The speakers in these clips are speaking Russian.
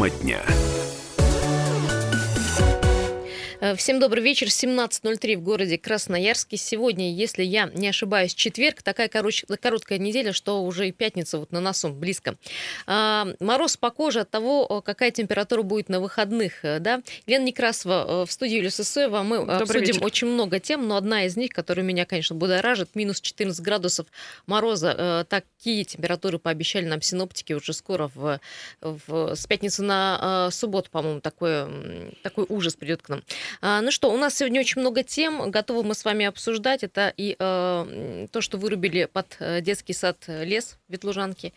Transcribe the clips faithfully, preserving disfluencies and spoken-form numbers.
Тема дня. Всем добрый вечер. семнадцать ноль три в городе Красноярске. Сегодня, если я не ошибаюсь, четверг. Такая короч... короткая неделя, что уже и пятница вот на носу, близко. А, мороз по коже от того, какая температура будет на выходных. Да? Лена Некрасова в студии Юлия Сысоева. Мы добрый обсудим вечер. Очень много тем, но одна из них, которая меня, конечно, будоражит, минус четырнадцать градусов мороза. Такие температуры пообещали нам синоптики уже скоро. В, в, с пятницы на субботу, по-моему, такой, такой ужас придет к нам. Ну что, у нас сегодня очень много тем, готовы мы с вами обсуждать. Это и э, то, что вырубили под детский сад лес в Ветлужанке.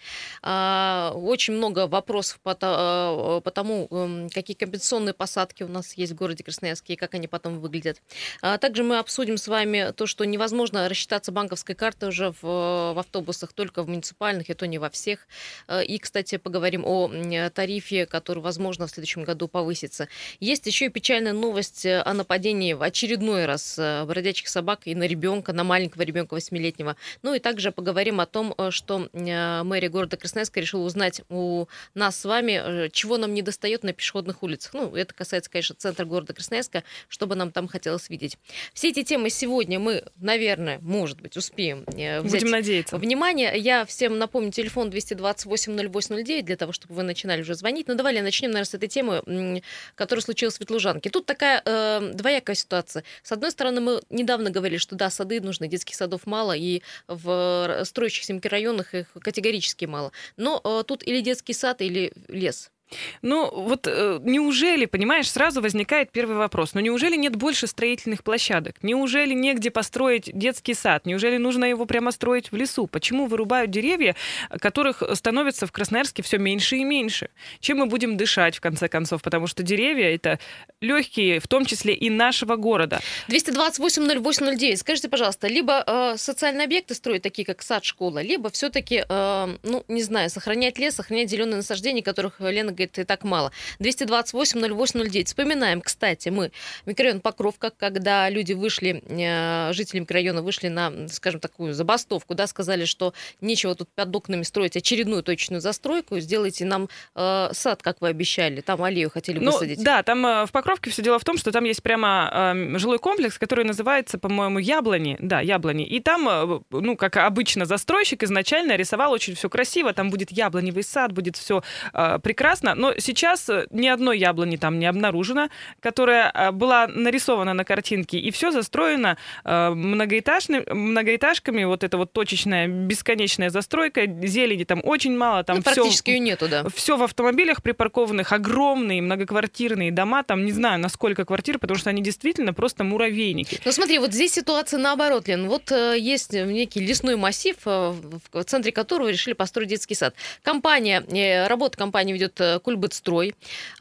Э, очень много вопросов по, э, по тому, э, какие компенсационные посадки у нас есть в городе Красноярске и как они потом выглядят. А также мы обсудим с вами то, что невозможно рассчитаться банковской картой уже в, в автобусах, только в муниципальных, и то не во всех. И, кстати, поговорим о тарифе, который, возможно, в следующем году повысится. Есть еще и печальная новость о нападении в очередной раз бродячих собак и на ребенка, на маленького ребенка восьмилетнего. Ну и также поговорим о том, что мэрия города Красноярска решила узнать у нас с вами, чего нам не достает на пешеходных улицах. Ну, это касается, конечно, центра города Красноярска, что бы нам там хотелось видеть. Все эти темы сегодня мы, наверное, может быть, успеем взять Будем надеяться. Внимание. Я всем напомню, телефон двести двадцать восемь ноль восемь ноль девять для того, чтобы вы начинали уже звонить. Ну, давай, начнем, наверное, с этой темы, которая случилась в Ветлужанке. Тут такая двоякая ситуация. С одной стороны, мы недавно говорили, что да, сады нужны, детских садов мало, и в строящихся микрорайонах их категорически мало. Но э, тут или детский сад, или лес. Ну, вот э, неужели, понимаешь, сразу возникает первый вопрос. Ну, неужели нет больше строительных площадок? Неужели негде построить детский сад? Неужели нужно его прямо строить в лесу? Почему вырубают деревья, которых становится в Красноярске все меньше и меньше? Чем мы будем дышать, в конце концов? Потому что деревья — это легкие, в том числе и нашего города. двести двадцать восемь ноль восемь ноль девять. Скажите, пожалуйста, либо э, социальные объекты строить, такие как сад, школа, либо все-таки, э, ну, не знаю, сохранять лес, сохранять зеленые насаждения, которых Лена говорит, и так мало. двести двадцать восемь ноль восемь ноль девять. Вспоминаем, кстати, мы микрорайон Покровка, когда люди вышли, жители микрорайона вышли на, скажем, такую забастовку, да, сказали, что нечего тут под окнами строить очередную точечную застройку, сделайте нам э, сад, как вы обещали, там аллею хотели ну, высадить. Да, там э, в Покровке все дело в том, что там есть прямо э, жилой комплекс, который называется, по-моему, Яблони. Да, Яблони. И там, э, ну, как обычно, застройщик изначально рисовал очень все красиво, там будет яблоневый сад, будет все э, прекрасно. Но сейчас ни одной яблони там не обнаружено, которая была нарисована на картинке, и все застроено многоэтажными, многоэтажками. Вот это вот точечная, бесконечная застройка, зелени там очень мало. Там ну, все, практически ее нету, да. Все в автомобилях припаркованных, огромные многоквартирные дома, там не знаю, на сколько квартир, потому что они действительно просто муравейники. Ну смотри, вот здесь ситуация наоборот, Лен. Вот э, есть некий лесной массив, э, в центре которого решили построить детский сад. Компания, э, работа компании ведет э, Кульбытстрой.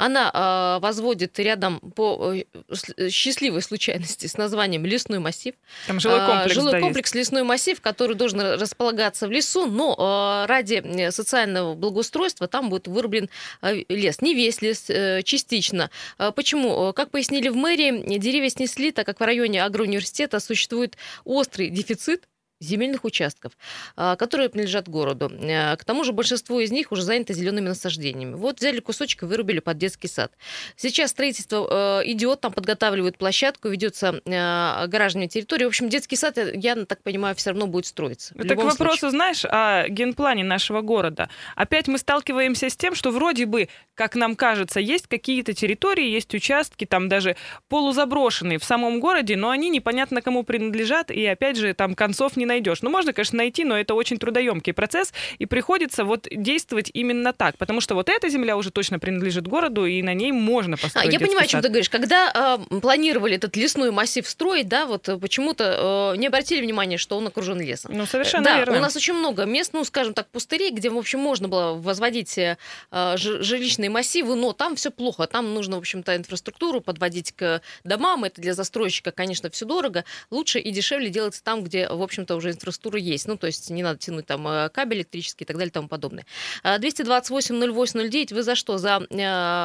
Она э, возводит рядом по э, счастливой случайности с названием «Лесной массив». Там жилой комплекс, э, жилой да, комплекс есть. «Лесной массив», который должен располагаться в лесу, но э, ради социального благоустройства там будет вырублен э, лес. Не весь лес, э, частично. Э, почему? Как пояснили в мэрии, деревья снесли, так как в районе агроуниверситета существует острый дефицит земельных участков, которые принадлежат городу. К тому же большинство из них уже занято зелеными насаждениями. Вот взяли кусочек и вырубили под детский сад. Сейчас строительство идет, там подготавливают площадку, ведется гаражная территория. В общем, детский сад, я так понимаю, все равно будет строиться. Это к вопросу, случае. знаешь, о генплане нашего города. Опять мы сталкиваемся с тем, что вроде бы, как нам кажется, есть какие-то территории, есть участки, там даже полузаброшенные в самом городе, но они непонятно кому принадлежат, и опять же, там концов не найдешь. Ну, можно, конечно, найти, но это очень трудоемкий процесс, и приходится вот действовать именно так, потому что вот эта земля уже точно принадлежит городу, и на ней можно построить а, Я понимаю, сад. о чем ты говоришь. Когда э, планировали этот лесной массив строить, да, вот почему-то э, не обратили внимания, что он окружен лесом. Ну, совершенно да, верно. У нас очень много мест, ну, скажем так, пустырей, где, в общем, можно было возводить э, жилищные массивы, но там все плохо. Там нужно, в общем-то, инфраструктуру подводить к домам. Это для застройщика, конечно, все дорого. Лучше и дешевле делать там, где, в общем-то, уже инфраструктура есть. Ну, то есть не надо тянуть там э, кабель электрический и так далее и тому подобное. А, двести двадцать восемь ноль восемь ноль девять. Вы за что? За э,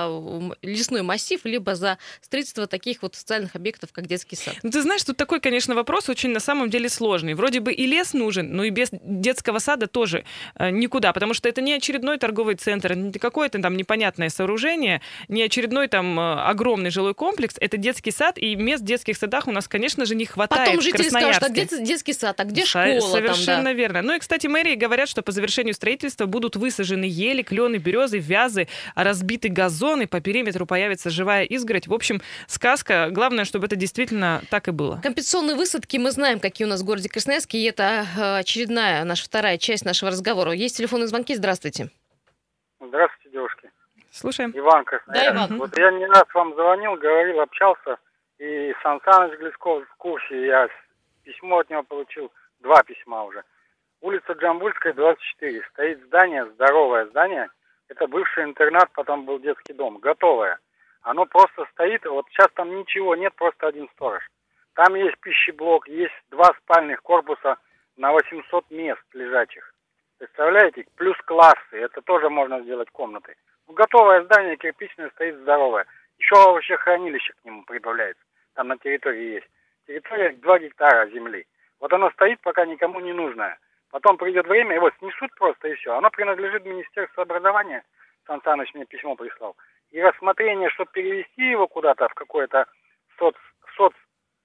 м, лесной массив, либо за строительство таких вот социальных объектов, как детский сад? Ну, ты знаешь, тут такой, конечно, вопрос очень на самом деле сложный. Вроде бы и лес нужен, но и без детского сада тоже э, никуда, потому что это не очередной торговый центр, не какое-то там непонятное сооружение, не очередной там э, огромный жилой комплекс, это детский сад, и мест в детских садах у нас, конечно же, не хватает. Потом в жители скажут, а Красноярске. где детский сад, а где Со- школа там, Совершенно да? верно. Ну и, кстати, мэрии говорят, что по завершению строительства будут высажены ели, клены, березы, вязы, разбиты газоны, по периметру появится живая изгородь. В общем, сказка. Главное, чтобы это действительно так и было. Компенсационные высадки мы знаем, какие у нас в городе Красноярске, и это э, очередная наша вторая часть нашего разговора. Есть телефонные звонки, здравствуйте. Здравствуйте, девушки. Слушаем. Иван Красноярск. Да, Иван. Вот я не раз вам звонил, говорил, общался, и Сан Саныч Глесков в курсе, я письмо от него получил, два письма уже. Улица Джамбульская, двадцать четыре. Стоит здание, здоровое здание. Это бывший интернат, потом был детский дом. Готовое. Оно просто стоит, вот сейчас там ничего нет, просто один сторож. Там есть пищеблок, есть два спальных корпуса на восемьсот мест лежачих. Представляете? Плюс классы, это тоже можно сделать комнаты. Ну, готовое здание, кирпичное, стоит здоровое. Еще вообще хранилище к нему прибавляется. Там на территории есть. Территория два гектара земли. Вот оно стоит, пока никому не нужное. Потом придет время, его снесут просто и все. Оно принадлежит Министерству образования. Сан Саныч мне письмо прислал. И рассмотрение, чтобы перевести его куда-то в какое-то соц, соц,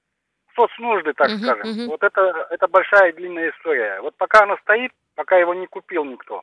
соцнужды, так Мгм, скажем. мгм. Вот это, это большая и длинная история. Вот пока оно стоит, пока его не купил никто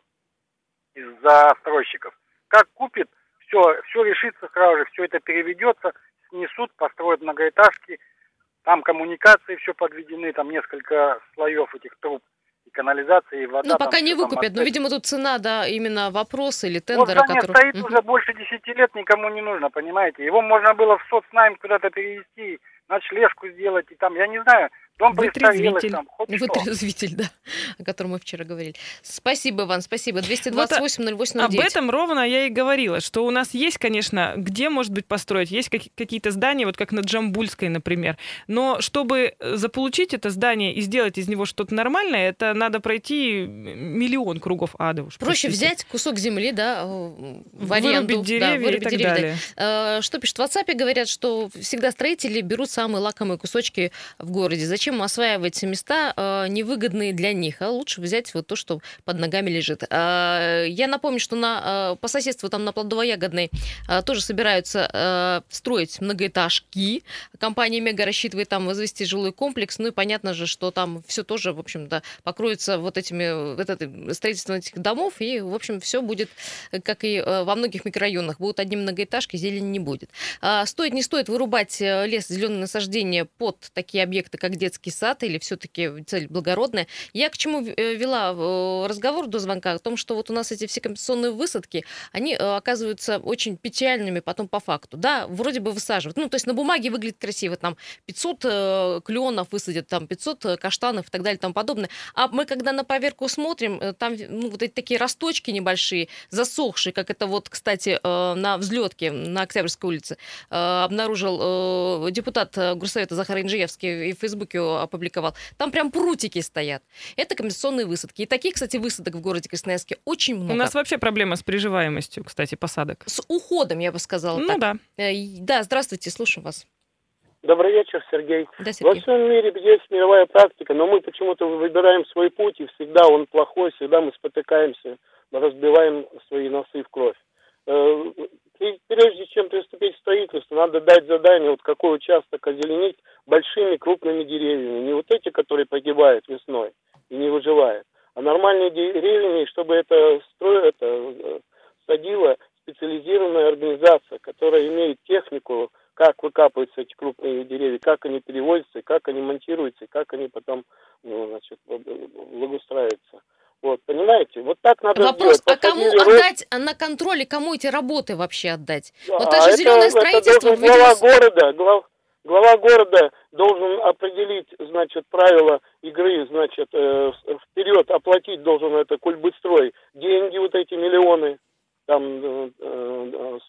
из застройщиков. Как купит, все, все решится сразу же, все это переведется, снесут, построят многоэтажки, там коммуникации все подведены, там несколько слоев этих труб, и канализация, и вода. Ну, пока там не всё там выкупят. Но, ответ- видимо, тут цена, да, именно вопрос или Вот тендера, здание который... стоит Мгм. уже больше десяти лет, никому не нужно, понимаете? Его можно было в соцнайм куда-то перевести, ночлежку сделать, и там, я не знаю, дом престарелых, Вытрезвитель. там, хоть что. Вытрезвитель, да, о котором мы вчера говорили. Спасибо, Иван, спасибо. двести двадцать восемь ноль восемь ноль Об девять. этом ровно я и говорила, что у нас есть, конечно, где, может быть, построить, есть как- какие-то здания, вот как на Джамбульской, например, но чтобы э, заполучить это здание и сделать из него что-то нормальное, это надо пройти миллион кругов ада уж. Проще простите. взять кусок земли, да, э, в аренду. Вырубить да, деревья и вырубить так деревья, да. далее. Э, Что пишут в WhatsApp? Говорят, что всегда строители берут самые лакомые кусочки в городе. Зачем осваивать места э, невыгодные для них? А лучше взять вот то, что под ногами лежит. Э, Я напомню, что на, э, по соседству там на Плодово-Ягодной э, тоже собираются э, строить многоэтажки. Компания «Мега» рассчитывает там возвести жилой комплекс. Ну и понятно же, что там все тоже, в общем-то, покроется вот этими, вот этой, строительством этих домов. И, в общем, все будет, э, как и э, во многих микрорайонах. Будут одни многоэтажки, зелени не будет. А стоит, не стоит вырубать э, лес, зеленые насаждения под такие объекты, как детский сад, или все-таки цель благородная? Я к чему э, вела э, разговор до звонка? О том, что вот у нас эти все компенсационные высадки, они э, оказываются очень печальными потом по факту. Да, вроде бы высаживают. Ну, то есть на бумаге выглядит красиво. Там пятьсот э, кленов высадят, там пятьсот каштанов и так далее и тому подобное. А мы, когда на поверку смотрим, э, там ну, вот эти такие росточки небольшие, засохшие, как это вот, кстати, э, на взлетке на Октябрьской улице э, обнаружил э, депутат э, Горсовета Захар Инжиевский и в Фейсбуке опубликовал. Там прям прутики стоят. Это компенсационные высадки. И таких, кстати, высадок в городе Красноярске очень много. У нас вообще проблема с приживаемостью, кстати, посадок. С уходом, я бы сказала Ну так. да. Э, и- Да, здравствуйте, слушаю вас. Добрый вечер, Сергей. Да, Во Сергей. всем мире есть мировая практика, но мы почему-то выбираем свой путь, и всегда он плохой, всегда мы спотыкаемся, мы разбиваем свои носы в кровь. Э, при- Прежде чем приступить к строительству, надо дать задание, вот какой участок озеленить большими крупными деревьями. Не вот эти, которые погибают весной и не выживают, а нормальные деревья, чтобы это строить, это э, садила специализированная организация, которая имеет технику, как выкапываются эти крупные деревья, как они перевозятся, как они монтируются, и как они потом, ну, значит, благоустраиваются. Вот, понимаете? Вот так надо Вопрос, сделать. а кому Посадили роз- отдать, а на контроле, кому эти работы вообще отдать? Вот А это же это- зеленое это строительство. должен глава видимо, города, глав- глава города должен определить, значит, правила игры, значит, э, вперед оплатить должен это Кульбытстрой деньги, вот эти миллионы, там э, э,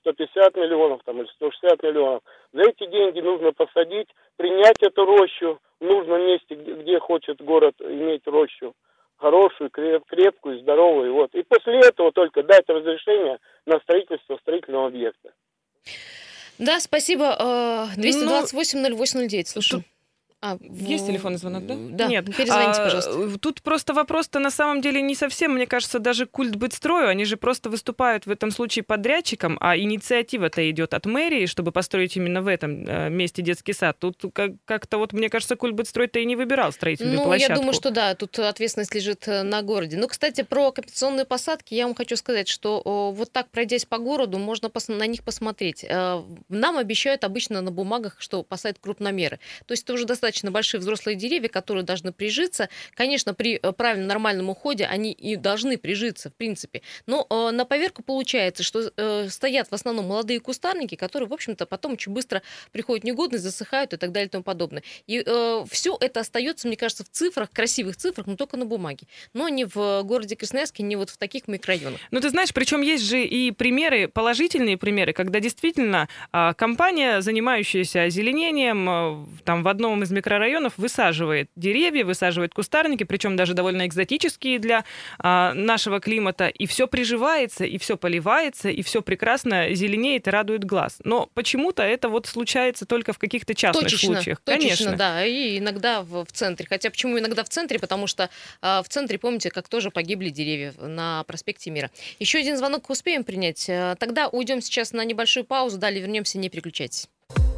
сто пятьдесят миллионов там, или сто шестьдесят миллионов. За эти деньги нужно посадить, принять эту рощу в нужном месте, где, где хочет город иметь рощу. Хорошую, крепкую, здоровую. Вот. И после этого только дать разрешение на строительство строительного объекта. Да, спасибо. двести двадцать восемь ноль восемь ноль девять, слушай. А, Есть в... телефонный звонок, да? Да, Нет. перезвоните, а, пожалуйста. Тут просто вопрос-то на самом деле не совсем, мне кажется, даже культ бытстрою. Они же просто выступают в этом случае подрядчиком, а инициатива-то идет от мэрии, чтобы построить именно в этом э, месте детский сад. Тут как- как-то вот, мне кажется, культ бытстрой-то и не выбирал строительную ну, площадку. Я думаю, что да, тут ответственность лежит на городе. Ну, кстати, про компенсационные посадки я вам хочу сказать, что о, вот так, пройдясь по городу, можно пос- на них посмотреть. Э, Нам обещают обычно на бумагах, что посадят крупномеры. То есть это уже достаточно большие взрослые деревья, которые должны прижиться. Конечно, при правильном нормальном уходе они и должны прижиться, в принципе. Но э, на поверку получается, что э, стоят в основном молодые кустарники, которые, в общем-то, потом очень быстро приходят в негодность, засыхают и так далее и тому подобное. И э, все это остается, мне кажется, в цифрах, красивых цифрах, но только на бумаге. Но не в городе Красноярске, не вот в таких микрорайонах. Ну, ты знаешь, причем есть же и примеры, положительные примеры, когда действительно а, компания, занимающаяся озеленением, а, там в одном из микрорайонов высаживает деревья, высаживает кустарники, причем даже довольно экзотические для а, нашего климата, и все приживается, и все поливается, и все прекрасно зеленеет и радует глаз. Но почему-то это вот случается только в каких-то частных точечно, случаях. Точечно, Конечно. да, и иногда в, в центре. Хотя почему иногда в центре? Потому что а, в центре, помните, как тоже погибли деревья на проспекте Мира. Еще один звонок успеем принять. Тогда уйдем сейчас на небольшую паузу, далее вернемся, не переключайтесь.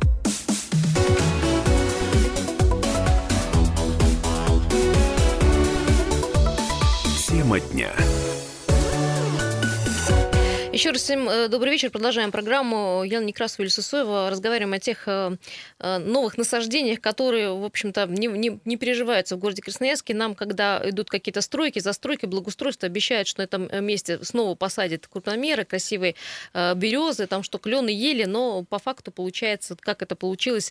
Тема дня. Еще раз всем добрый вечер. Продолжаем программу. Елена Некрасова, Юлия Сысоева. Разговариваем о тех новых насаждениях, которые, в общем-то, не, не, не переживаются в городе Красноярске. Нам, когда идут какие-то стройки, застройки, благоустройство, обещают, что на этом месте снова посадят крупномеры, красивые березы, там что, клены, ели, но по факту получается, как это получилось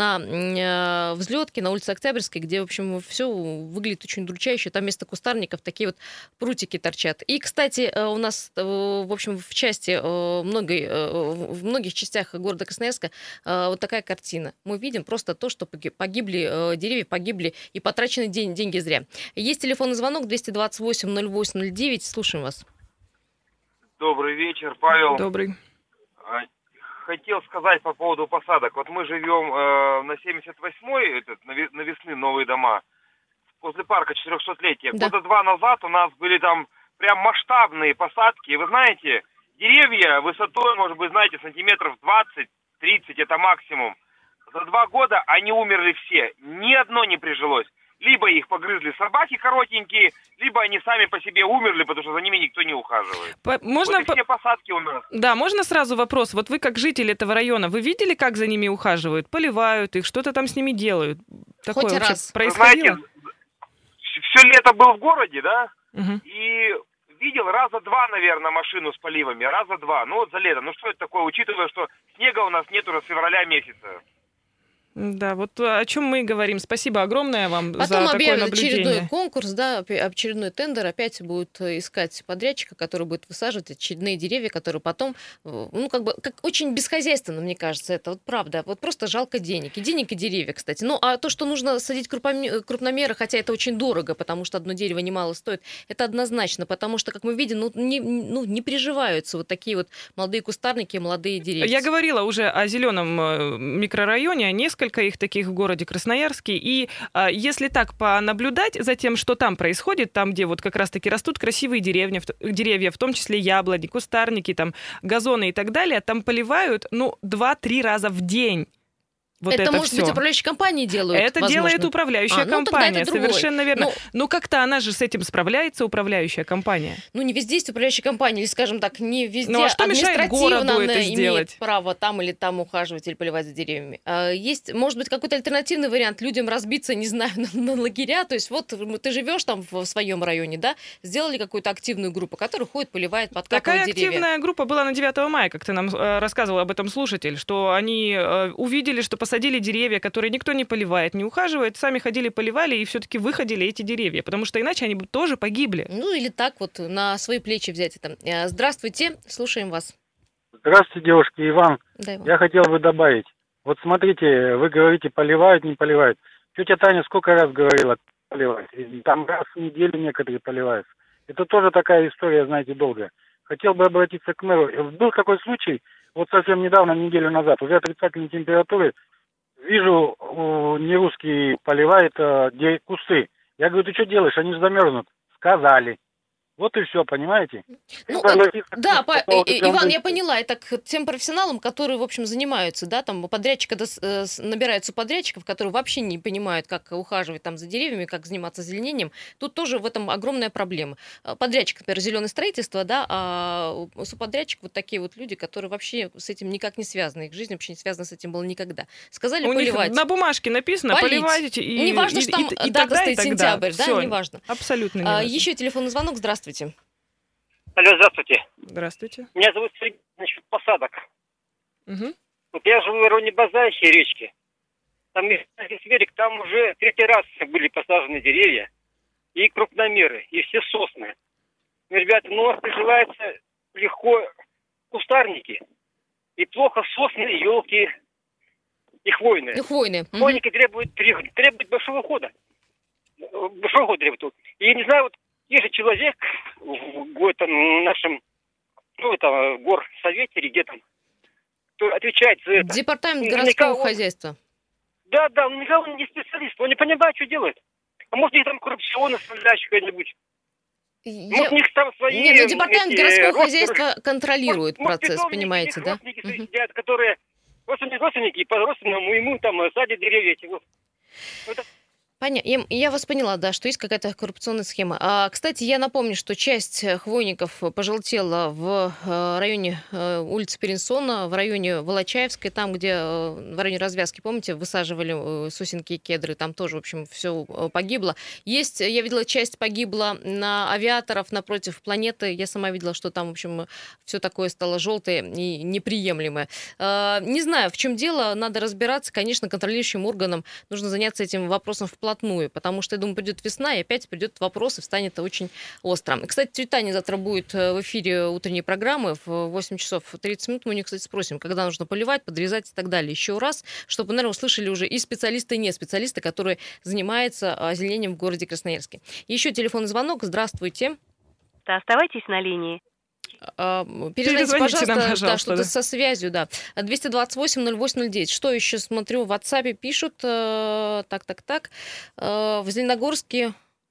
на Взлетке, на улице Октябрьской, где, в общем, все выглядит очень удручающе. Там вместо кустарников такие вот прутики торчат. И, кстати, у нас, в общем, в части, многой, в многих частях города Красноярска вот такая картина. Мы видим просто то, что погибли деревья, погибли и потрачены день, деньги зря. Есть телефонный звонок двести двадцать восемь ноль восемь ноль девять. Слушаем вас. Добрый вечер, Павел. Добрый. Хотел сказать по поводу посадок. Вот мы живем э, на семьдесят восьмой, этот, на Весны, новые дома, возле парка четырехсотлетия. Да. Года два назад у нас были там прям масштабные посадки. И вы знаете, деревья высотой, может быть, знаете, сантиметров двадцать-тридцать, это максимум. За два года они умерли все. Ни одно не прижилось. Либо их погрызли собаки коротенькие, либо они сами по себе умерли, потому что за ними никто не ухаживает. По- можно Вот и по- все посадки у нас. Да, можно сразу вопрос? Вот вы как житель этого района, вы видели, как за ними ухаживают? Поливают их, что-то там с ними делают? Такое Хоть вообще раз. происходило? Знаете, все лето был в городе, да, Мгм. и видел раза два, наверное, машину с поливами, раза два, ну вот за лето. Ну что это такое, учитывая, что снега у нас нет уже с февраля месяца. Да, вот о чем мы и говорим. Спасибо огромное вам Потом за такое объявят наблюдение. очередной конкурс, да, опя- очередной тендер, опять будут искать подрядчика, который будет высаживать очередные деревья, которые потом, э, ну, как бы, как очень бесхозяйственно, мне кажется, это вот правда. Вот просто жалко денег. И денег, и деревья, кстати. Ну, а то, что нужно садить крупоме- крупномеры, хотя это очень дорого, потому что одно дерево немало стоит, это однозначно, потому что, как мы видим, ну, не, ну, не приживаются вот такие вот молодые кустарники, молодые деревья. Я говорила уже о зеленом микрорайоне, несколько их таких в городе Красноярске. И а, если так понаблюдать за тем, что там происходит, там, где вот как раз-таки растут красивые деревья, в, деревья, в том числе яблони, кустарники, там, газоны и так далее, там поливают, ну, два-три раза в день. Вот это, это, может всё. быть, управляющие компании делают, Это возможно. делает управляющая А, ну, тогда компания, это другое. совершенно верно. Ну, Ну, как-то она же с этим справляется, управляющая компания. Ну, не везде есть управляющая компания, или, скажем так, не везде Ну, а что мешает административно городу она это имеет сделать? право там или там ухаживать или поливать за деревьями. А, Есть, может быть, какой-то альтернативный вариант людям разбиться, не знаю, на, на лагеря. То есть вот ты живешь там в своем районе, да, сделали какую-то активную группу, которая ходит, поливает, подкапывает Такая деревья. активная группа была на девятого мая, как ты нам э, рассказывал об этом слушатель, что они э, увидели, что посадили деревья, которые никто не поливает, не ухаживает, сами ходили, поливали и все-таки выходили эти деревья, потому что иначе они бы тоже погибли. Ну, или так вот на свои плечи взять это. Э, Здравствуйте, слушаем вас. Здравствуйте, девушки, Иван. Да, Иван. Я хотел бы добавить. Вот смотрите, вы говорите, поливают, не поливают. Тетя Таня сколько раз говорила, поливать. И там раз в неделю некоторые поливают. Это тоже такая история, знаете, долгая. Хотел бы обратиться к мэру. Был такой случай, вот совсем недавно, неделю назад, уже отрицательные температуры. Вижу, не русский поливает а, где кусты. Я говорю, ты что делаешь? Они же замерзнут. Сказали. Вот и все, понимаете? Ну, Это, э, да, по, по поводу и- Иван, я Джамбульской. поняла, это к тем профессионалам, которые, в общем, занимаются, да, там подрядчик, когда с- э, с- набираются подрядчиков, которые вообще не понимают, как ухаживать там за деревьями, как заниматься зеленением, тут тоже в этом огромная проблема. Э, Подрядчик, например, зеленое строительство, да, а у- субподрядчик вот такие вот люди, которые вообще с этим никак не связаны, их жизнь вообще не связана с этим была никогда. Сказали У них поливать. на бумажке написано, Полить. поливайте, и, Не важно, и- что там и- и дата тогда, и стоит тогда. сентябрь, да, Всё, не важно. Абсолютно не А, важно. еще телефонный звонок, здравствуйте. Алло, здравствуйте. Здравствуйте. Меня зовут Сергей, насчет посадок. Мгм. Вот я живу в районе Базарища речки. Там есть берег, там уже третий раз были посажены деревья и крупномеры, и все сосны. Ну, ребята, ну у вас приживаются легко кустарники, и плохо сосны, елки и хвойные. Ну, хвойные. Мгм. Хвойники требуют, требуют, требуют большого хода. Большого хода требуют. И я не знаю, вот есть же человек в, в этом нашем, ну, это горсовете или где там, кто отвечает за это. Департамент Наверняка городского он- хозяйства. Да, да, он никого не специалист, он не понимает, что делает. А может, у них там коррупционная составляющая какая-нибудь. Я- Может, у них там свои... Нет, ну департамент эти, городского родственники- хозяйства контролирует может, процесс, питомники, понимаете, их да? родственники Мгм. сидят, которые родственники, родственники, и по родственному ему там э, садят деревья эти. Вот. Это Понятно. Я, я вас поняла, да, что есть какая-то коррупционная схема. А, кстати, я напомню, что часть э, хвойников пожелтела в э, районе э, улицы Перенсона, в районе Волочаевской, там, где э, в районе развязки, помните, высаживали э, сосенки и кедры, там тоже, в общем, все погибло. Есть, я видела, часть погибла на авиаторов напротив планеты. Я сама видела, что там, в общем, все такое стало желтое и неприемлемое. Э, не знаю, в чем дело, надо разбираться. Конечно, контролирующим органам нужно заняться этим вопросом вплотную, потому что, я думаю, придет весна, и опять придет вопрос, и станет очень остро. Кстати, тетя Таня завтра будет в эфире утренней программы в восемь часов тридцать минут. Мы у нее, кстати, спросим, когда нужно поливать, подрезать и так далее. Еще раз, чтобы, наверное, услышали уже и специалисты, и не специалисты, которые занимаются озеленением в городе Красноярске. Еще телефонный звонок. Здравствуйте. Да, оставайтесь на линии. А, Перезвоните, Перезвоните пожалуйста, нам, да, пожалуйста, что-то да. со связью, да. двести двадцать восемь ноль восемь ноль девять. Что еще смотрю? В WhatsApp пишут, э, так, так, так, э, в Зеленогорске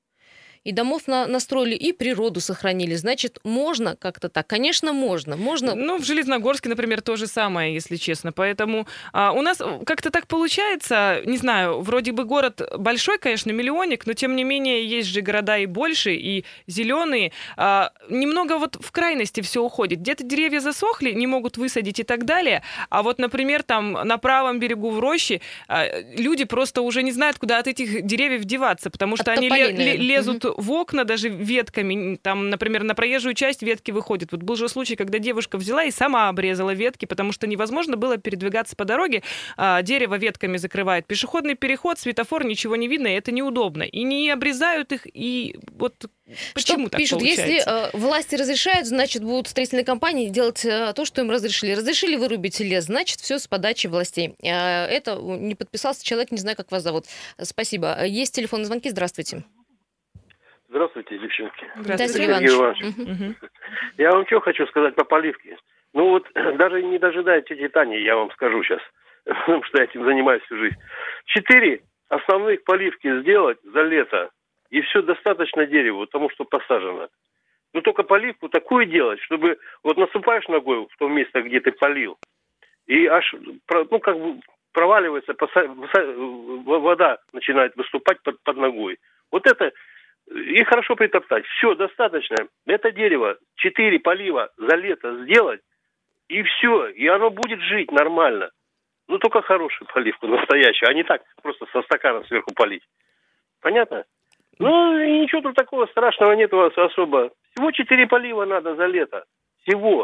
и домов на, настроили, и природу сохранили. Значит, можно как-то так? Конечно, можно. Можно. Ну, в Железногорске, например, то же самое, если честно. Поэтому а, у нас как-то так получается, не знаю, вроде бы город большой, конечно, миллионник, но тем не менее есть же города и больше, и зеленые. А, немного вот в крайности все уходит. Где-то деревья засохли, не могут высадить и так далее. А вот, например, там на правом берегу в роще а, люди просто уже не знают, куда от этих деревьев деваться, потому что От они тополей, ле- ле- наверное. лезут в окна даже ветками, там, например, на проезжую часть ветки выходят. Вот был же случай, когда девушка взяла и сама обрезала ветки, потому что невозможно было передвигаться по дороге, а, дерево ветками закрывает. Пешеходный переход, светофор, ничего не видно, и это неудобно. И не обрезают их, и вот почему Что так пишут, получается? если э, власти разрешают, значит, будут строительные компании делать э, то, что им разрешили. Разрешили вырубить лес, значит, все с подачи властей. Э, это не подписался человек, не знаю, как вас зовут. Спасибо. Есть телефонные звонки, здравствуйте. Здравствуйте, девчонки. Да, Здравствуйте. Сергей Сергей Иванович. Иванович. Мгм. Мгм. Я вам что хочу сказать по поливке. Ну вот, даже не дожидая тети Тани, я вам скажу сейчас, потому что я этим занимаюсь всю жизнь. Четыре основных поливки сделать за лето, и все достаточно дереву, тому, что посажено. Но только поливку такую делать, чтобы вот насыпаешь ногой в то место, где ты полил, и аж, про- ну, как бы проваливается, поса- выса- вода начинает выступать под, под ногой. Вот это, и хорошо притоптать. Все, достаточно. Это дерево, четыре полива за лето сделать, и все. И оно будет жить нормально. Ну, только хорошую поливку, настоящую, а не так просто со стаканом сверху полить. Понятно? Ну, и ничего тут такого страшного нет у вас особо. Всего четыре полива надо за лето. Всего.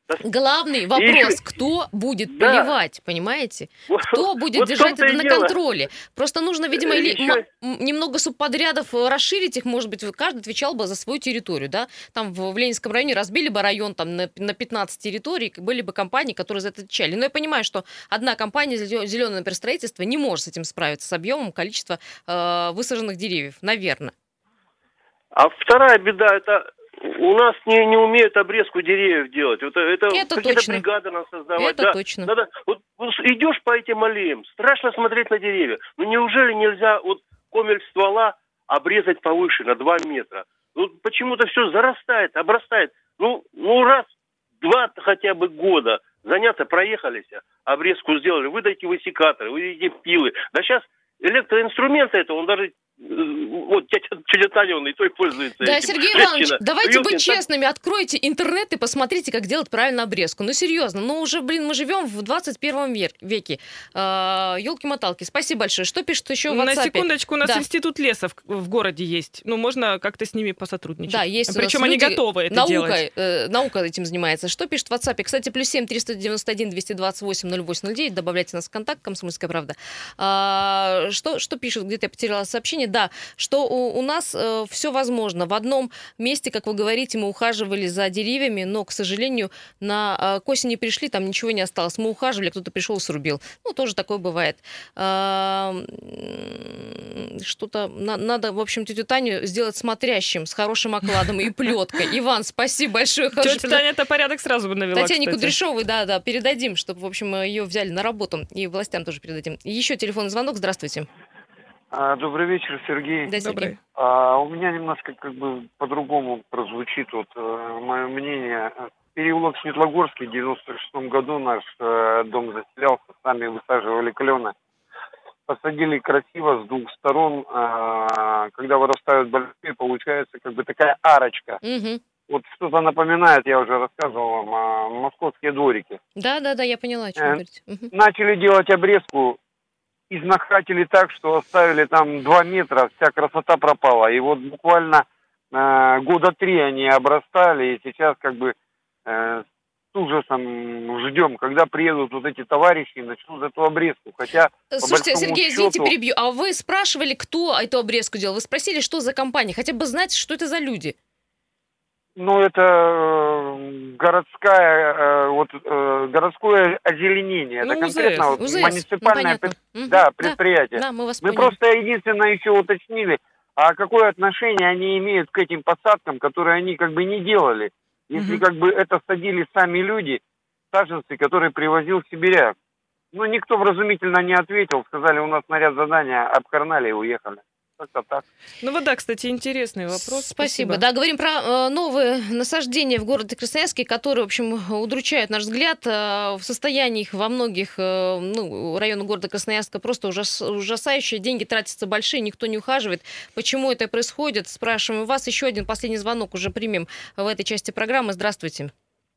Главный вопрос, еще... кто будет да. поливать, понимаете? Кто будет вот держать это на дело. контроле? Просто нужно, видимо, или еще... немного субподрядов расширить их, может быть, каждый отвечал бы за свою территорию, да? Там в, в Ленинском районе разбили бы район там, на, на пятнадцать территорий, были бы компании, которые за это отвечали. Но я понимаю, что одна компания «Зеленое, например, строительство» не может с этим справиться, с объемом количества э, высаженных деревьев, наверное. А вторая беда – это... У нас не, не умеют обрезку деревьев делать. Это, это, это какие-то точно. бригады надо создавать. Это да. точно. Надо, вот, вот идешь по этим аллеям, страшно смотреть на деревья. Ну неужели нельзя вот комель ствола обрезать повыше, на два метра? Ну почему-то все зарастает, обрастает. Ну, ну раз, два хотя бы года заняться, проехались, обрезку сделали, выдайте высекаторы, выдайте пилы. Да сейчас электроинструменты это, он даже... Вот тетя Таня, он и той пользуется. Да, этим. Сергей Женщина. Иванович, давайте Елкин, быть честными, откройте интернет и посмотрите, как делать правильно обрезку. Ну, серьезно, ну уже, блин, мы живем в двадцать первом веке. Елки-моталки, спасибо большое. Что пишут еще в WhatsApp? На секундочку, у нас да. институт леса в, в городе есть. Ну, можно как-то с ними посотрудничать. Да, есть. Причем они люди, готовы это наука, делать. Э, наука этим занимается. Что пишет в WhatsApp? Кстати, плюс семь триста девяносто один двести двадцать восемь ноль восемь ноль девять. Добавляйте нас в контакт, «Комсомольская правда». А, что, что пишут? Где-то я потеряла сообщение. Да, что у, у нас э, все возможно. В одном месте, как вы говорите, мы ухаживали за деревьями, но, к сожалению, на, э, к осени пришли, там ничего не осталось. Мы ухаживали, кто-то пришел и срубил. Ну, тоже такое бывает. А, что-то на, надо, в общем, тетю Таню сделать смотрящим, с хорошим окладом и плеткой. Иван, спасибо большое. Тетя Таня это порядок сразу бы навела, Татьяне кстати. Кудряшовой, да, да, передадим, чтобы, в общем, ее взяли на работу. И властям тоже передадим. Еще телефонный звонок. Здравствуйте. Добрый вечер, Сергей. Да, Сергей. А, у меня немножко как бы по-другому прозвучит вот э, мое мнение. Переулок Светлогорский в девяносто шестом году наш э, дом заселялся, сами высаживали клены. Посадили красиво с двух сторон. Э, когда вырастают большие, получается как бы такая арочка. Угу. Вот что-то напоминает, я уже рассказывал вам, э, московские дворики. Да, да, да, я поняла, о чем э, говорите. Угу. Начали делать обрезку. Изнахатили так, что оставили там два метра, вся красота пропала. И вот буквально э, года три они обрастали, и сейчас как бы э, с ужасом ждем, когда приедут вот эти товарищи и начнут эту обрезку. Хотя, слушайте, Сергей, счету... извините, перебью, а вы спрашивали, кто эту обрезку делал? Вы спросили, что за компания? Хотя бы знать, что это за люди? Ну, это городская, вот, городское озеленение. Ну, это конкретно УЗС, вот, УЗС, муниципальное ну, пред... да, предприятие. Да, да, мы вас мы поняли. просто единственное еще уточнили, а какое отношение они имеют к этим посадкам, которые они как бы не делали. Если угу. как бы это садили сами люди, саженцы, которые привозил сибиряк. Ну, никто вразумительно не ответил, сказали, у нас наряд задания, обкарнали и уехали. Как-то так. Ну вот да, кстати, интересный вопрос. Спасибо. Спасибо. Да, говорим про э, новые насаждения в городе Красноярске, которые, в общем, удручают наш взгляд. Э, в состоянии их во многих э, ну, районах города Красноярска просто ужас, ужасающие. Деньги тратятся большие, никто не ухаживает. Почему это происходит? Спрашиваем вас. Еще один последний звонок уже примем в этой части программы. Здравствуйте.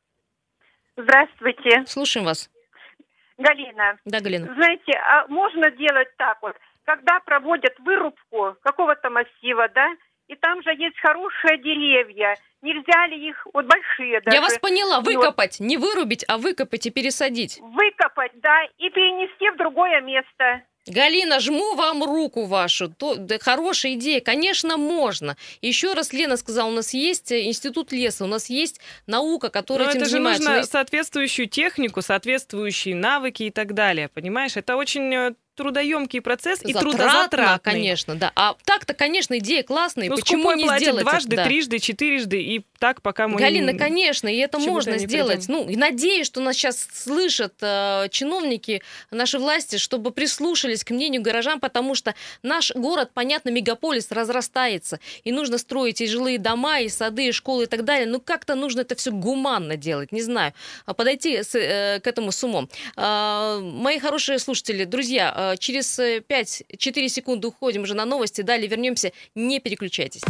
Здравствуйте. Слушаем вас. Галина. Да, Галина. Знаете, а можно делать так вот, когда проводят вырубку какого-то массива, да, и там же есть хорошие деревья, нельзя ли их, вот большие даже. Я вас поняла, выкопать, вот. Не вырубить, а выкопать и пересадить. Выкопать, да, и перенести в другое место. Галина, жму вам руку вашу. То, да, хорошая идея, конечно, можно. Еще раз Лена сказала, у нас есть институт леса, у нас есть наука, которая Но этим это же занимается. нужно соответствующую технику, соответствующие навыки и так далее, понимаешь? Это очень трудоемкий процесс и трудозатратный. Конечно, да. А так-то, конечно, идея классная. Ну, почему не сделать дважды, это? Да. трижды, четырежды, и так, пока мы... Галина, конечно, и это можно сделать. Ну, и надеюсь, что нас сейчас слышат э, чиновники, наши власти, чтобы прислушались к мнению горожан, потому что наш город, понятно, мегаполис разрастается, и нужно строить и жилые дома, и сады, и школы, и так далее. Ну, как-то нужно это все гуманно делать, не знаю, подойти с, э, к этому с умом. Э, мои хорошие слушатели, друзья, э, через пять-четыре секунды уходим уже на новости, далее вернемся, не переключайтесь.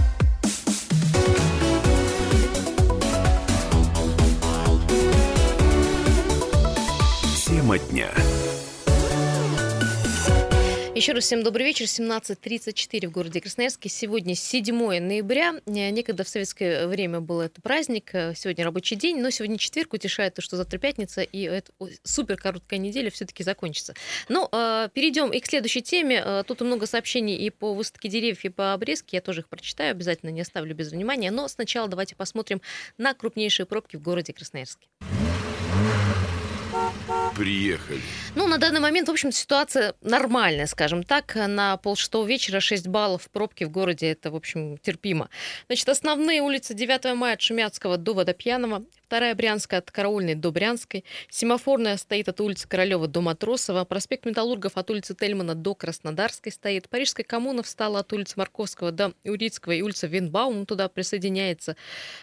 Тема дня. Еще раз всем добрый вечер. семнадцать тридцать четыре в городе Красноярске. Сегодня седьмое ноября. Некогда в советское время был это праздник. Сегодня рабочий день, но сегодня четверг. Утешает то, что завтра пятница, и эта супер короткая неделя все-таки закончится. Ну, перейдем и к следующей теме. Тут много сообщений и по высадке деревьев, и по обрезке. Я тоже их прочитаю, обязательно не оставлю без внимания. Но сначала давайте посмотрим на крупнейшие пробки в городе Красноярске. Приехали. Ну, на данный момент, в общем-то, ситуация нормальная, скажем так. На полшестого вечера шесть баллов пробки в городе. Это, в общем, терпимо. Значит, основные улицы девятого мая от Шумяцкого до Водопьяного. Вторая Брянская от Караульной до Брянской. Семафорная стоит от улицы Королева до Матросова. Проспект Металлургов от улицы Тельмана до Краснодарской стоит. Парижская коммуна встала от улицы Марковского до Урицкого, и улица Винбаум туда присоединяется.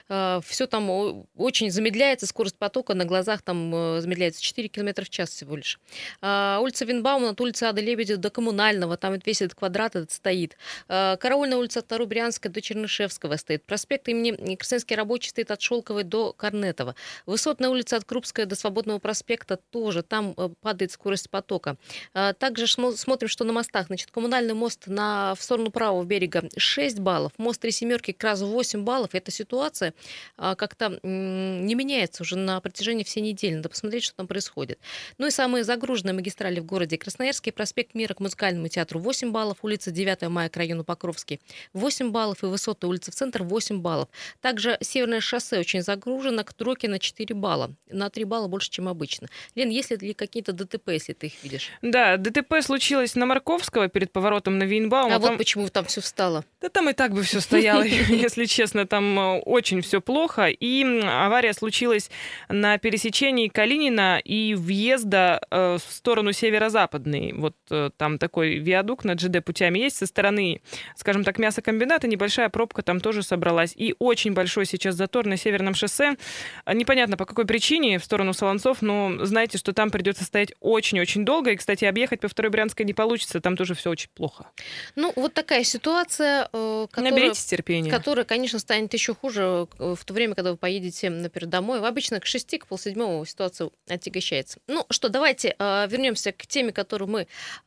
Все там очень замедляется, скорость потока на глазах там замедляется четыре километра в час всего лишь. Улица Винбаума от улицы Ады Лебедя до Коммунального, там весь этот квадрат этот стоит. Караульная улица от второй Брянской до Чернышевского стоит. Проспект имени Красноярский рабочий стоит от Шелковой до Корнетова. Высотная улица от Крупская до Свободного проспекта тоже, там падает скорость потока. Также смотрим, что на мостах. Значит, Коммунальный мост на, в сторону правого берега шесть баллов, мост Три Семерки к разу восемь баллов. Эта ситуация как-то не меняется уже на протяжении всей недели. Надо посмотреть, что там происходит. Ну и самые загруженные магистрали в городе Красноярске. Проспект Мира к Музыкальному театру восемь баллов, улица девятого мая к району Покровский восемь баллов и Высотная улица в центр восемь баллов. Также Северное шоссе очень загружено, к Трокина четыре балла. На три балла больше, чем обычно. Лен, есть ли какие-то ДТП, если ты их видишь? Да, ДТП случилось на Марковского перед поворотом на Винбаум. А там... вот почему там все встало. Да там и так бы все стояло, если честно. Там очень все плохо. И авария случилась на пересечении Калинина и въезда в сторону северо-западной. Вот там такой виадук над ЖД путями есть. Со стороны, скажем так, мясокомбината небольшая пробка там тоже собралась. И очень большой сейчас затор на Северном шоссе. Непонятно, по какой причине в сторону Солонцов, но знаете, что там придется стоять очень-очень долго. И, кстати, объехать по второй Брянской не получится. Там тоже все очень плохо. Ну, вот такая ситуация, которая, наберитесь терпения. Которая, конечно, станет еще хуже в то время, когда вы поедете, например, домой. Обычно к шести, к полседьмому ситуация отягощается. Ну что, давайте вернемся к теме, которую мы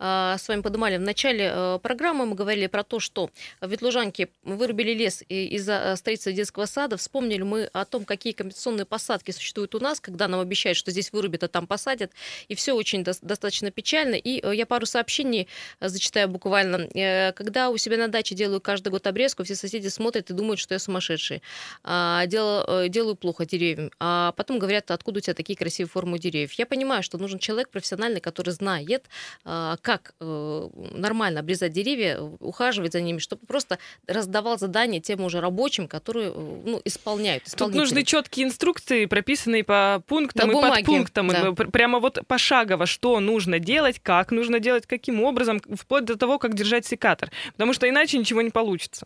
с вами поднимали в начале программы. Мы говорили про то, что в Ветлужанке вырубили лес из-за строительства детского сада. Вспомнили мы о том, какие компенсационные посадки существуют у нас, когда нам обещают, что здесь вырубят, а там посадят. И все очень до- достаточно печально. И я пару сообщений зачитаю буквально. Когда у себя на даче делаю каждый год обрезку, все соседи смотрят и думают, что я сумасшедший. Делаю, делаю плохо деревьям. А потом говорят, откуда у тебя такие красивые формы деревьев. Я понимаю, что нужен человек профессиональный, который знает, как нормально обрезать деревья, ухаживать за ними, чтобы просто раздавал задания тем уже рабочим, которые ну, исполняют. Тут нужны четкие инструкции, прописанные по пунктам на и бумаге, подпунктам. да. Прямо вот пошагово, что нужно делать, как нужно делать, каким образом, вплоть до того, как держать секатор. Потому что иначе ничего не получится.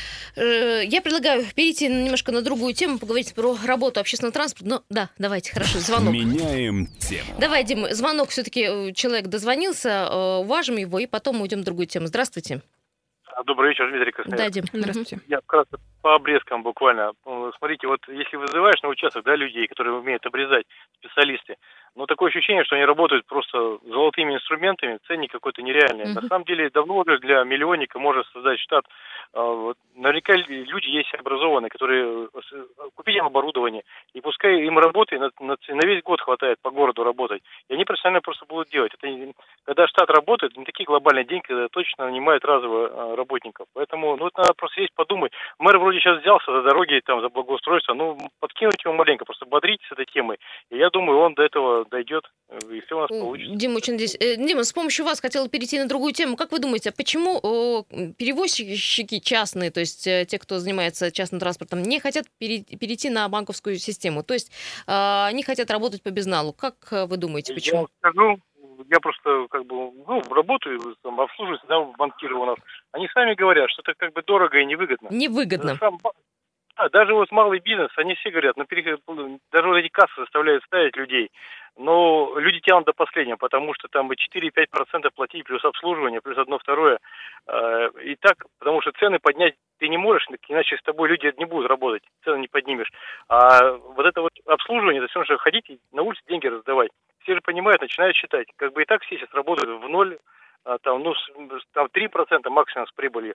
Я предлагаю перейти немножко на другую тему, поговорить про работу общественного транспорта. Ну, да, давайте, хорошо, звонок. Меняем тему. Давай, Дим, звонок, все-таки человек дозвонился, уважим его, и потом мы уйдем в другую тему. Здравствуйте. Добрый вечер, Дмитрий Красноярский. Да, Дим. Здравствуйте. Я вкратце по обрезкам буквально. Смотрите, вот если вызываешь на участок, да, людей, которые умеют обрезать, специалисты, но такое ощущение, что они работают просто золотыми инструментами, ценник какой-то нереальный. Uh-huh. На самом деле, давно уже для миллионника можно создать штат. Вот, наверняка люди есть образованные, которые купили им оборудование, и пускай им работы на, на, на весь год хватает по городу работать. И они профессионально просто будут делать. Это, когда штат работает, не такие глобальные деньги, когда точно нанимают разово работников. Поэтому ну, это надо просто есть подумать. Мэр вроде сейчас взялся за дороги, там, за благоустройство, ну, подкинуть его маленько, просто бодрить с этой темой. И я думаю, он до этого дойдет, и все у нас получится. Дима, очень здесь... Дима, с помощью вас хотела перейти на другую тему. Как вы думаете, почему перевозчики частные, то есть те, кто занимается частным транспортом, не хотят перейти на банковскую систему? То есть они хотят работать по безналу. Как вы думаете, почему? Я скажу, я просто как бы, ну, работаю, там, обслуживаюсь, да, в банкире у нас. Они сами говорят, что это как бы дорого и невыгодно. Невыгодно. Сам, да, даже вот малый бизнес, они все говорят, на переход, даже вот эти кассы заставляют ставить людей, но люди тянут до последнего, потому что там и четыре-пять процентов платить, плюс обслуживание, плюс одно второе. Э, и так, потому что цены поднять ты не можешь, иначе с тобой люди не будут работать, цены не поднимешь. А вот это вот обслуживание, это все равно, что ходить и на улице деньги раздавать. Все же понимают, начинают считать. Как бы и так все сейчас работают в ноль, а, там, ну, с- там три процента максимум с прибыли.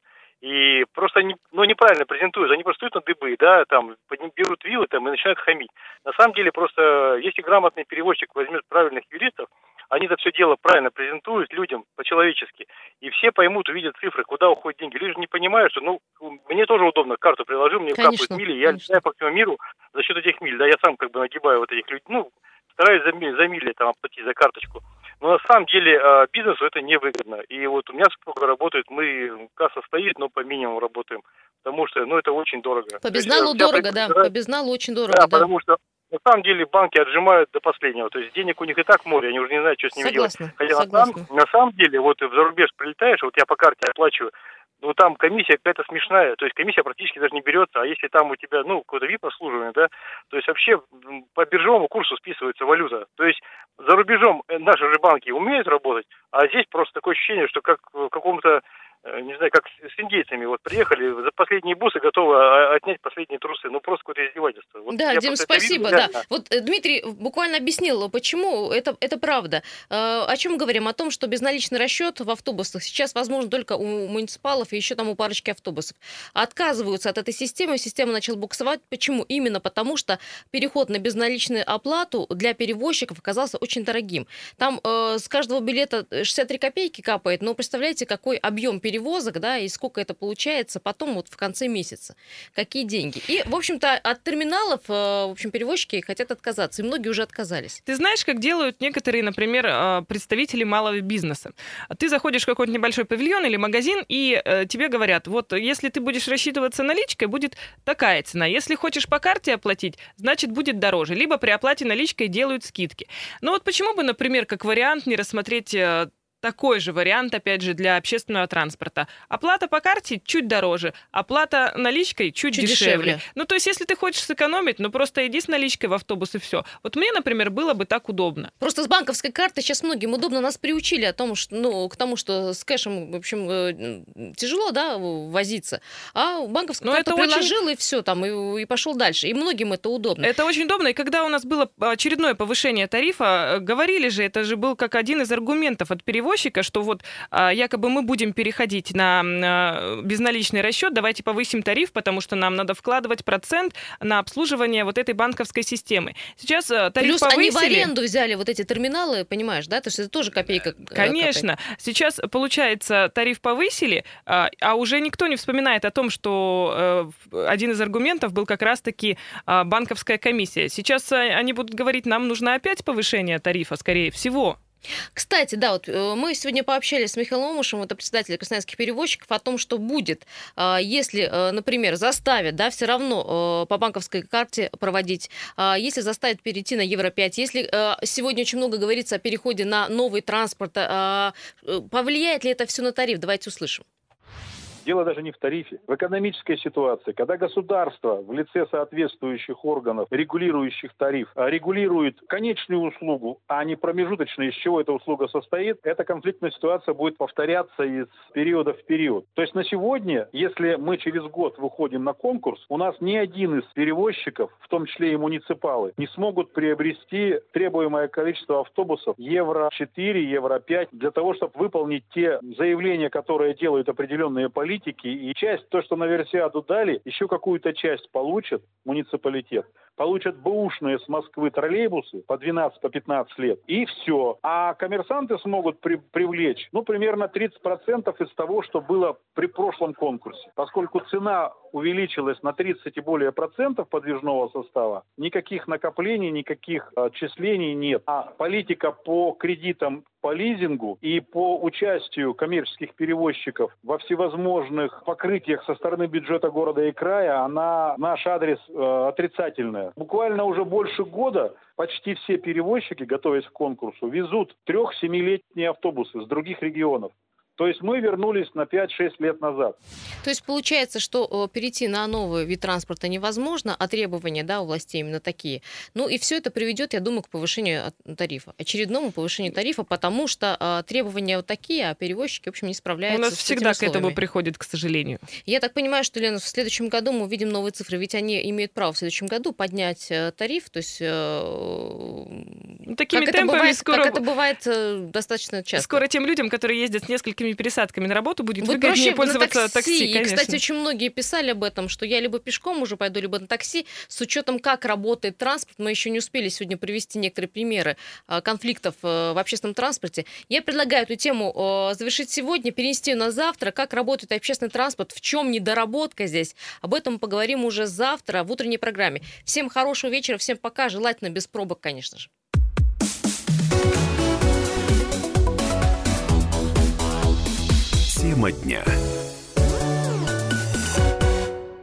И просто не, ну, неправильно презентуют. Они просто стоят на дыбы, да, там, подним- берут вилы там, и начинают хамить. На самом деле, просто, если грамотный перевозчик возьмет правильных юристов, они это все дело правильно презентуют людям по-человечески. И все поймут, увидят цифры, куда уходят деньги. Люди же не понимают, что, ну, мне тоже удобно, карту приложил, мне Конечно, капают мили, я конечно. летаю по всему миру за счет этих миль. Да, я сам как бы нагибаю вот этих людей, ну, стараюсь за мили, за мили там оплатить, за карточку. Но на самом деле э, бизнесу это невыгодно. И вот у меня супруга работает, мы, касса стоит, но по минимуму работаем. Потому что, ну, это очень дорого. По То есть, безналу э, вся дорого, прибыль да, собирается- по безналу очень Да, дорого, да. потому что на самом деле банки отжимают до последнего. То есть денег у них и так море, они уже не знают, что с ними Согласна, делать. Хотя на согласна. самом, на самом деле, вот в зарубеж прилетаешь, вот я по карте оплачиваю, ну там комиссия какая-то смешная, то есть комиссия практически даже не берется, а если там у тебя, ну, какой-то вид обслуживания, да, то есть вообще м, по биржевому курсу списывается валюта. То есть за рубежом э, наши же банки умеют работать, а здесь просто такое ощущение, что как в каком-то, э, не знаю, как с, с индейцами, вот приехали за последние бусы, готовы а, отнять последние трусы. Ну просто какое-то издевательство. Вот Да, я Дим, просто это вижу, спасибо, да. реально. Вот э, Дмитрий буквально объяснил, почему это, это правда. Э, О чем говорим? О том, что безналичный расчет в автобусах сейчас возможно только у муниципалов и еще там у парочки автобусов. Отказываются от этой системы, система начала буксовать. Почему? Именно потому, что переход на безналичную оплату для перевозчиков оказался очень дорогим. Там э, с каждого билета шестьдесят три копейки капает, но представляете, какой объем перевозок, да, и сколько это получается потом вот в конце месяца. Какие деньги. И, в общем-то, от терминалов, э, в общем, перевозчики хотят отказаться, и многие уже отказались. Ты знаешь, как делают некоторые, например, э, представители малого бизнеса? Ты заходишь в какой-то небольшой павильон или магазин, и э, тебе говорят, вот если ты будешь рассчитываться наличкой, будет такая цена. Если хочешь по карте оплатить, значит, будет дороже. Либо при оплате наличкой делают скидки. Но вот почему бы, например, как вариант не рассмотреть э, такой же вариант, опять же, для общественного транспорта. Оплата по карте чуть дороже, оплата наличкой чуть, Чуть дешевле. дешевле. Ну, то есть, если ты хочешь сэкономить, ну, просто иди с наличкой в автобус и все. Вот мне, например, было бы так удобно. Просто с банковской карты сейчас многим удобно, нас приучили о том, что, ну, к тому, что с кэшем, в общем, э, тяжело, да, возиться. А банковскую Но карту это очень- приложил, и все, там, и, и пошел дальше. И многим это удобно. Это очень удобно. И когда у нас было очередное повышение тарифа, э, говорили же, это же был как один из аргументов от перевозчика, что вот а, якобы мы будем переходить на, на безналичный расчет, давайте повысим тариф, потому что нам надо вкладывать процент на обслуживание вот этой банковской системы. Сейчас э, тариф Плюс повысили. они в аренду взяли вот эти терминалы, понимаешь, да? То есть это тоже копейка. э, Конечно. Сейчас, получается, тариф повысили, а а уже никто не вспоминает о том, что э, один из аргументов был как раз-таки а, банковская комиссия. Сейчас э, они будут говорить, нам нужно опять повышение тарифа, скорее всего. Кстати, да, вот э, мы сегодня пообщались с Михаилом Омушем, это председатель красноярских перевозчиков, о том, что будет, э, если, э, например, заставят, да, все равно э, по банковской карте проводить, э, если заставят перейти на Евро пять, если э, сегодня очень много говорится о переходе на новый транспорт, э, э, повлияет ли это все на тариф? Давайте услышим. Дело даже не в тарифе. В экономической ситуации, когда государство в лице соответствующих органов, регулирующих тариф, регулирует конечную услугу, а не промежуточную, из чего эта услуга состоит, эта конфликтная ситуация будет повторяться из периода в период. То есть на сегодня, если мы через год выходим на конкурс, у нас ни один из перевозчиков, в том числе и муниципалы, не смогут приобрести требуемое количество автобусов Евро четыре, Евро пять для того, чтобы выполнить те заявления, которые делают определенные политики. И часть, то, что на Версиаду дали, еще какую-то часть получит муниципалитет. Получат бэушные с Москвы троллейбусы по двенадцать-пятнадцать лет. И все. А коммерсанты смогут при, привлечь, ну, примерно тридцать процентов из того, что было при прошлом конкурсе. Поскольку цена увеличилась на тридцать и более процентов подвижного состава, никаких накоплений, никаких отчислений нет. А политика по кредитам, по лизингу и по участию коммерческих перевозчиков во всевозможных покрытиях со стороны бюджета города и края, она наш адрес э, отрицательная. Буквально уже больше года почти все перевозчики, готовясь к конкурсу, везут трех-семилетние автобусы с других регионов. То есть мы вернулись на пять-шесть лет назад. То есть получается, что перейти на новый вид транспорта невозможно, а требования, да, у властей именно такие. Ну и все это приведет, я думаю, к повышению тарифа, очередному повышению тарифа, потому что а, требования вот такие, а перевозчики, в общем, не справляются. У нас с всегда этими к этому условиями. приходит, к сожалению. Я так понимаю, что, Лена, в следующем году мы увидим новые цифры, ведь они имеют право в следующем году поднять э, тариф, то есть э, Такими как, это темпами бывает, скоро... как это бывает э, достаточно часто. Скоро тем людям, которые ездят с несколькими пересадками на работу, будет Вот выгоднее проще пользоваться на такси. такси, И, конечно. кстати, очень многие писали об этом, что я либо пешком уже пойду, либо на такси. С учетом, как работает транспорт, мы еще не успели сегодня привести некоторые примеры э, конфликтов э, в общественном транспорте. Я предлагаю эту тему э, завершить сегодня, перенести ее на завтра. Как работает общественный транспорт, в чем недоработка здесь. Об этом поговорим уже завтра в утренней программе. Всем хорошего вечера, всем пока. Желательно без пробок, конечно же. Тема дня.